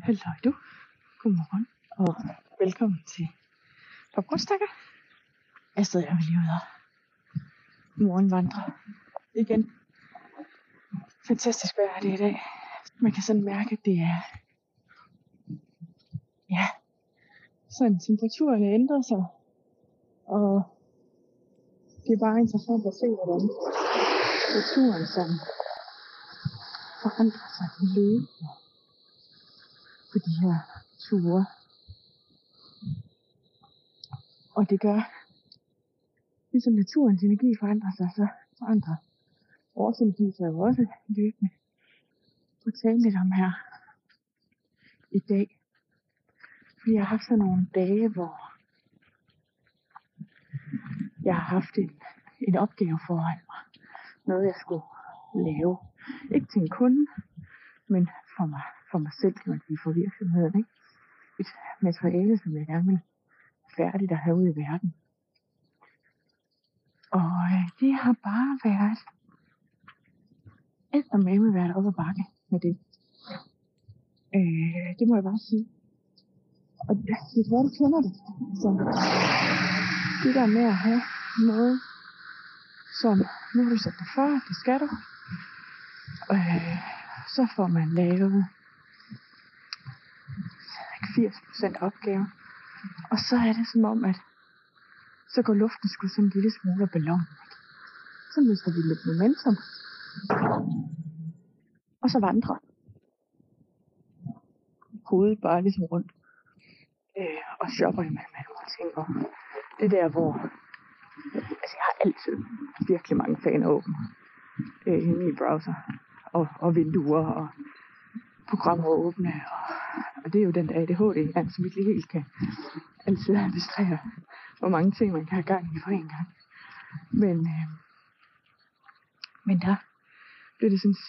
Halløj du. Godmorgen og velkommen til Popcornstakker. Astrid, jeg vil lige ud og morgenvandre igen. Fantastisk vejr det i dag. Man kan sådan mærke, at det er sådan temperaturen ændrer sig. Og det er bare interessant at se, hvordan naturen sådan forandrer sig løbende på de her ture. Og det gør, ligesom naturens energi forandrer sig, så forandrer vores energi sig jo også løbende. Og tale lidt om her i dag. Fordi jeg har haft sådan nogle dage, hvor jeg har haft en opgave foran mig. Noget jeg skulle lave. Ikke til en kunde, men for mig selv, når det for virksomheden. Ikke? Et materiale, som jeg gerne vil færdigt at have ud i verden. Og det har bare været eddermame været op ad bakke med det. Det må jeg bare sige. Og det er hvor du kender det. Så det der med at have noget, som nu har du sat dig for, det skal du. Så får man lavet 80% af opgaven. Og så er det som om, at så går luften sgu sådan en lille smule af ballonen. Så mister vi lidt momentum. Og så vandrer hovedet bare ligesom rundt. Og shopper imellem nogle ting. Og det der, hvor altså jeg har altid virkelig mange faner åbne i min browser. Og vinduer og programmer åbne. Og det er jo den der ADHD, altså virkelig helt kan altid administrere, hvor mange ting man kan have gang i for en gang. Men der blev det sådan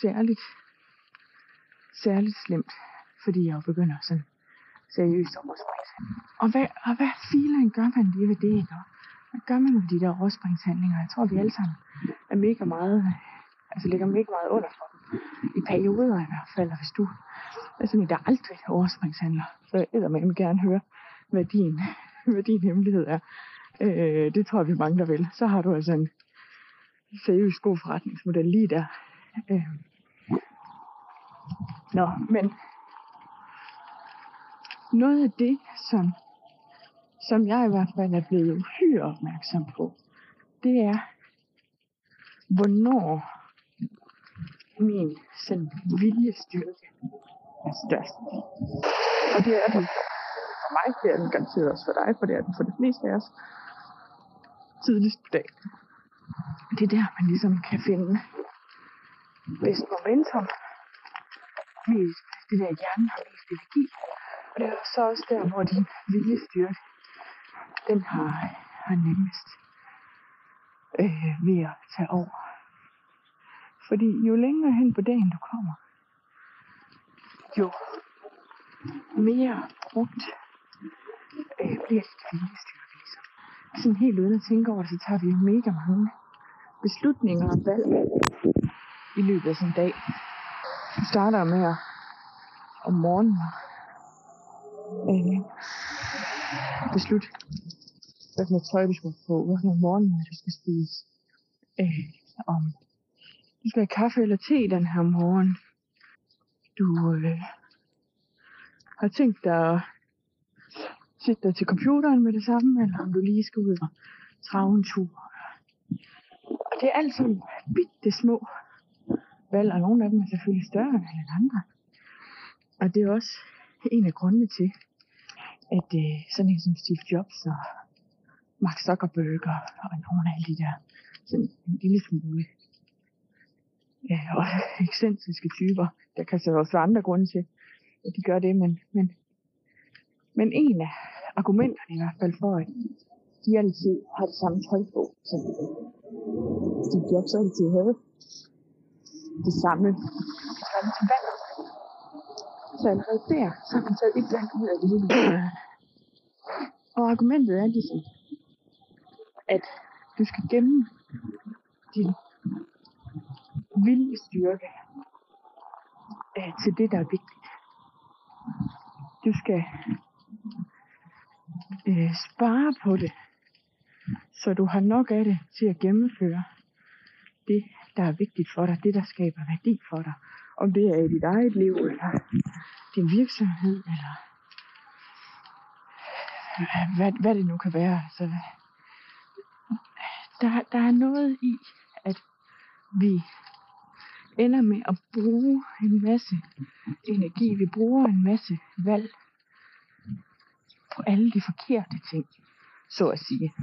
særligt slemt, fordi jeg jo begynder sådan seriøst overspringshandling. Og hvad filen gør man lige ved det, ikke? Hvad gør man med de der overspringshandlinger? Jeg tror, vi alle sammen er mega meget, altså ligger mega meget under for dem. I perioder i hvert fald, og hvis du er sådan en, der aldrig overspringshandler, så jeg vil gerne høre, hvad din hemmelighed er. Det tror jeg, vi mangler vel. Så har du altså en seriøs god forretningsmodel lige der. Men noget af det, som jeg i hvert fald er blevet uhyre opmærksom på, det er, hvornår min sådan viljestyrke er størst. Og det er den for mig, det er den garanteret også for dig, for det er den for de fleste af os tidligst på dagen. Det er der, man ligesom kan finde bedst momentum, det der hjernen har mest energi. Og det er så også der, hvor din viljestyrke, den har nemmest ved at tage over. Fordi jo længere hen på dagen du kommer, jo mere brugt bliver dit viljestyrke ligesom. Sådan helt uden at tænke over det, så tager vi jo mega mange beslutninger og valg i løbet af sådan en dag. Du starter med om morgenen beslutte, hvad for noget tøj du skal på, hvad for noget morgenmad du skal spise, om du skal have kaffe eller te den her morgen. Du har tænkt dig at sætte dig til computeren med det samme, eller om du lige skal ud og trave en tur. Og det er alt sammen bitte små valg, og nogle af dem er selvfølgelig større end andre. Og det er også en af grundene til, at sådan en som Steve Jobs og Mark Zuckerberg og nogle af de der sådan en lille smule og ekscentriske typer, der kan så også være andre grunde til, at de gør det, men en af argumenterne i hvert fald for, at de altid har det samme tøj på, som Steve Jobs altid havde, det samme til vand. Så allerede der, så har man taget et vand ud af det hele. Og argumentet er ligesom, at du skal gemme din viljestyrke til det, der er vigtigt. Du skal spare på det, så du har nok af det til at gennemføre det, der er vigtigt for dig, det, der skaber værdi for dig. Om det er i dit eget liv, eller din virksomhed, eller hvad det nu kan være. Altså, der er noget i, at vi ender med at bruge en masse energi. Vi bruger en masse valg på alle de forkerte ting, så at sige.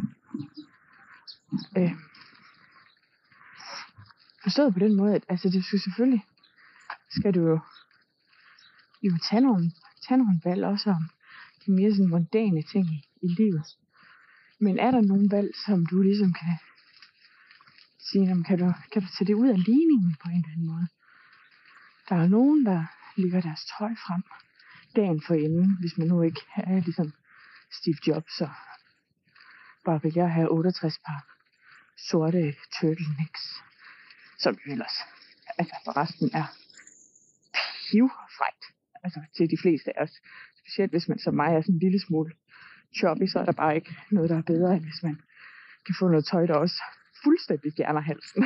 Forstået på den måde, at altså, det skal selvfølgelig skal du jo tage nogle valg også om de mere sådan mondane ting i livet. Men er der nogle valg, som du ligesom kan sige, kan du tage det ud af ligningen på en eller anden måde? Der er nogen, der lægger deres tøj frem dagen for inden, hvis man nu ikke er ligesom Steve Jobs, så bare vil jeg have 68 par sorte turtlenecks, som jo ellers altså forresten er pivfrækt. Altså til de fleste af os. Specielt hvis man som mig er sådan en lille smule choppy, så er der bare ikke noget, der er bedre, end hvis man kan få noget tøj, der også fuldstændig fjerner halsen.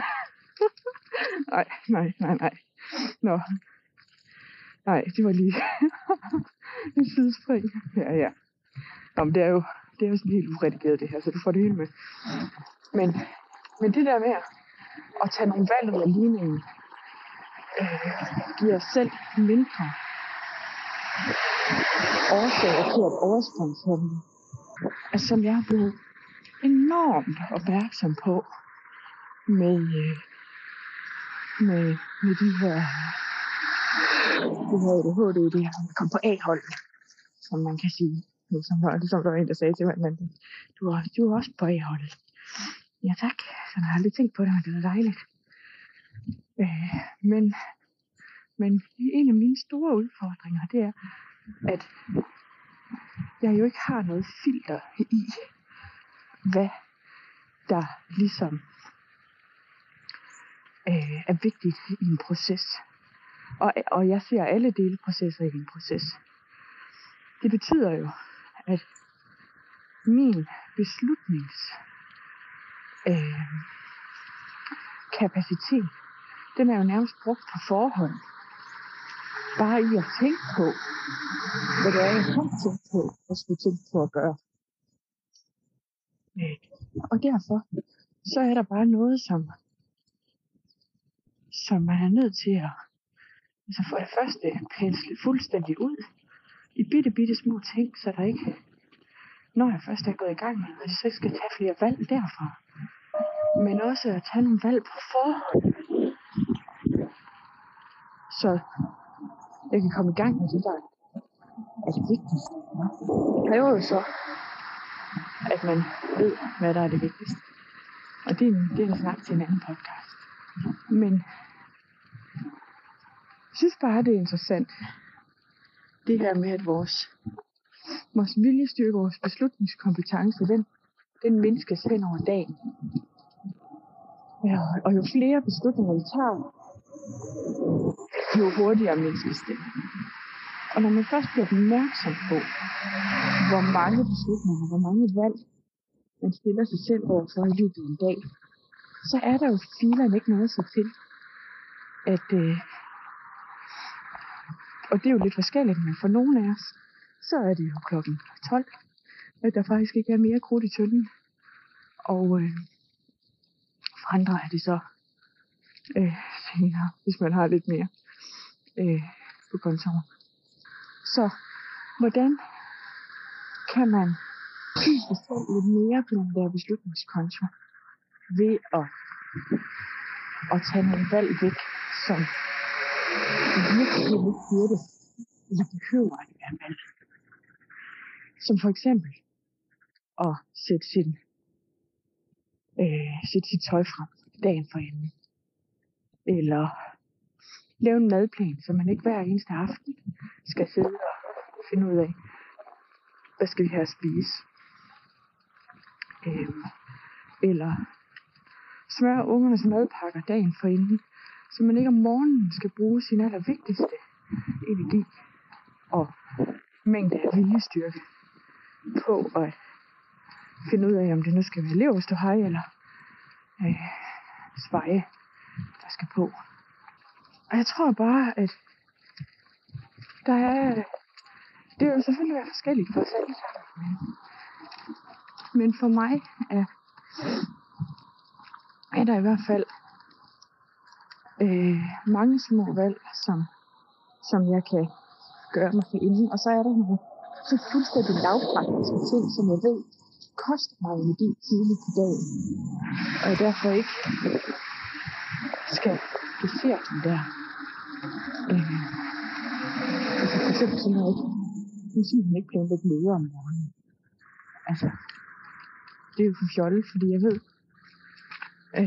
Nej. Nå. Nej, det var lige en sidespring. Ja. Nå, men det er jo sådan helt uredigeret det her, så du får det hele med. Men det der med at tage nogle valg ud af ligningen, giver os selv mindre årsager til at overspringshandle. Altså, som jeg er blevet enormt opmærksom på med de her ADHD, det her at komme på A-hold, som man kan sige. Som der var en, der sagde til mig, men du er også på A-holdet. Ja tak, så jeg har aldrig tænkt på det, men det er dejligt. Men en af mine store udfordringer, det er, at jeg jo ikke har noget filter i, hvad der ligesom er vigtigt i en proces. Og jeg ser alle delprocesser i en proces. Det betyder jo, at min kapacitet, den er jo nærmest brugt på forhånd. Bare i at tænke på, hvad det er, jeg kan tænke på, og skulle tænke på at gøre. Og derfor, så er der bare noget, som man er nødt til at, altså for det første, pensle fuldstændig ud i bitte små ting, så der ikke, når jeg først er gået i gang med, at jeg så skal tage flere valg derfra. Men også at tage nogle valg på forhånd. Så jeg kan komme i gang med det, der er det vigtigste. Det kræver jo så, at man ved, hvad der er det vigtigste. Og det er en snak til en anden podcast. Men jeg synes bare, det er interessant. Det her med, at vores viljestyrke, vores beslutningskompetence, den mindskes hen over dagen. Ja, og jo flere beslutninger vi tager, jo hurtigere mindskes det. Og når man først bliver opmærksom på, hvor mange beslutninger, hvor mange valg, man stiller sig selv overfor i løbet af en dag, så er der jo filerne ikke noget så til, at og det er jo lidt forskelligt, men for nogle af os, så er det jo klokken 12, at der faktisk ikke er mere krudt i tønden. Og for andre er det så senere, hvis man har lidt mere på kontoret. Så hvordan kan man give sig selv lidt mere på den der beslutningskonto ved at tage nogle valg væk, som virkelig ikke burde, eller behøver at være valg. Som for eksempel at sætte sit tøj frem dagen for enden. Eller lave en madplan, så man ikke hver eneste aften skal sidde og finde ud af, hvad skal vi have at spise. Eller smøre ungernes madpakker dagen for inden, så man ikke om morgenen skal bruge sin allervigtigste energi og mængde af viljestyrke på at finde ud af, om det nu skal være leverpostej eller sveje, der skal på. Og jeg tror bare, at det vil selvfølgelig være forskelligt for os alle sammen. Men for mig er der i hvert fald mange små valg, som jeg kan gøre mig for inden. Og så er der nogle så fuldstændig lavpraktiske ting, som jeg ved koster mig energi tidligt på dagen. Og jeg derfor ikke skal dosere den der. Altså for eksempel sådan noget, nu siger man ikke planlægge møder om morgenen. Altså, det er jo for fjollet, fordi jeg ved, at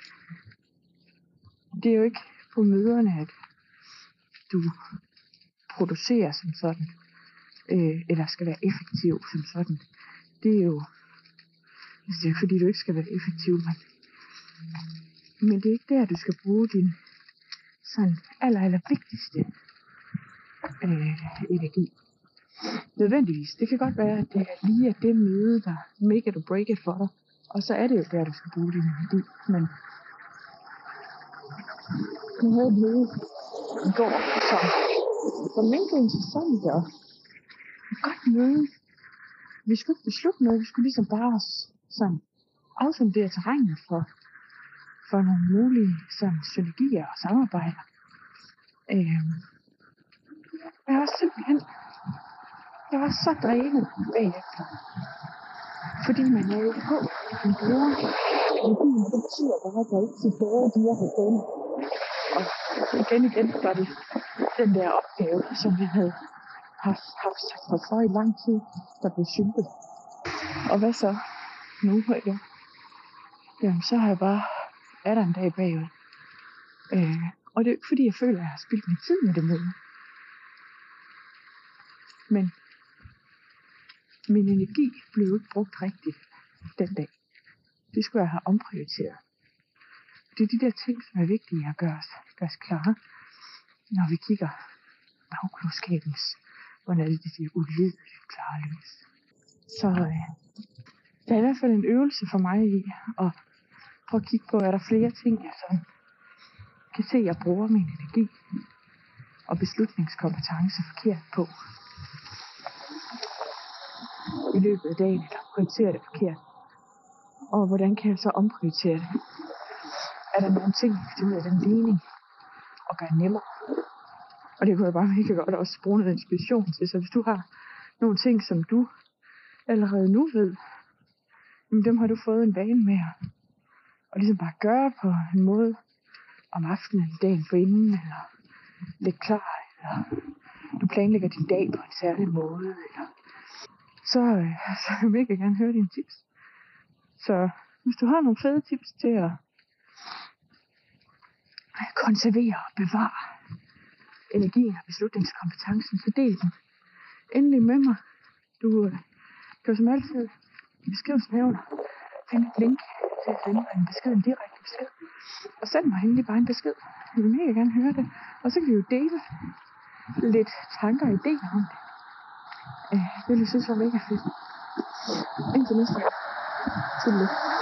det er jo ikke på møderne, at du producerer som sådan, eller skal være effektiv som sådan. Det er jo, altså det er ikke fordi, du ikke skal være effektiv, men det er ikke der, du skal bruge din sådan aller vigtigste energi. Nødvendigvis. Det kan godt være, at det er lige at det møde, der make it or break it for dig. Og så er det jo der, du skal bruge din energi. Men nu havde et møde i går, som var mindre interessant og et godt møde. Vi skulle ikke beslutte noget. Vi skulle ligesom bare sådan afsondere terrænet for nogle mulige sådan synergier og samarbejder. Jeg var så drænet bagefter. Fordi man er jo på, man bruger energien, det betyder bare, at der ikke til både de her igen. Og igen var det den der opgave, som jeg havde haft sat mig for i lang tid, der blev syltet. Og hvad så? Nu, ikke? Jamen, så har jeg bare der en dag bagud. Og det er ikke fordi, jeg føler, at jeg har spildt min tid med det møde. Men min energi blev ikke brugt rigtigt den dag. Det skulle jeg have omprioriteret. Det er de der ting, som er vigtige at gøre os klare, når vi kigger bagklodskabens, hvordan er det siger, uledeligt klare lys. Så der er i hvert fald en øvelse for mig i at prøve at kigge på, er der flere ting, jeg sådan kan se, at jeg bruger min energi og beslutningskompetence forkert på i løbet af dagen, eller prioritere det forkert. Og hvordan kan jeg så omprioritere det? Er der nogle ting, jeg kan tage ud af den ligning og gøre nemmere? Og det kunne jeg bare mega godt også bruge noget inspiration til. Så hvis du har nogle ting, som du allerede nu ved, dem har du fået en vane med at ligesom bare gøre på en måde om aftenen, dagen for inden, eller lidt klar, eller du planlægger din dag på en særlig måde, eller så vil jeg mega gerne høre dine tips. Så hvis du har nogle fede tips til at konservere og bevare energien og beslutningskompetencen, så del den endelig med mig. Du kan jo som altid i beskrivelsen herunder finde et link til at sende en besked, en direkte besked. Og send mig endelig bare en besked. Jeg vil mega gerne høre det. Og så kan vi jo dele lidt tanker og idéer om det. Det vil jeg synes var mega fedt. Indtil næste gang. Tillykke.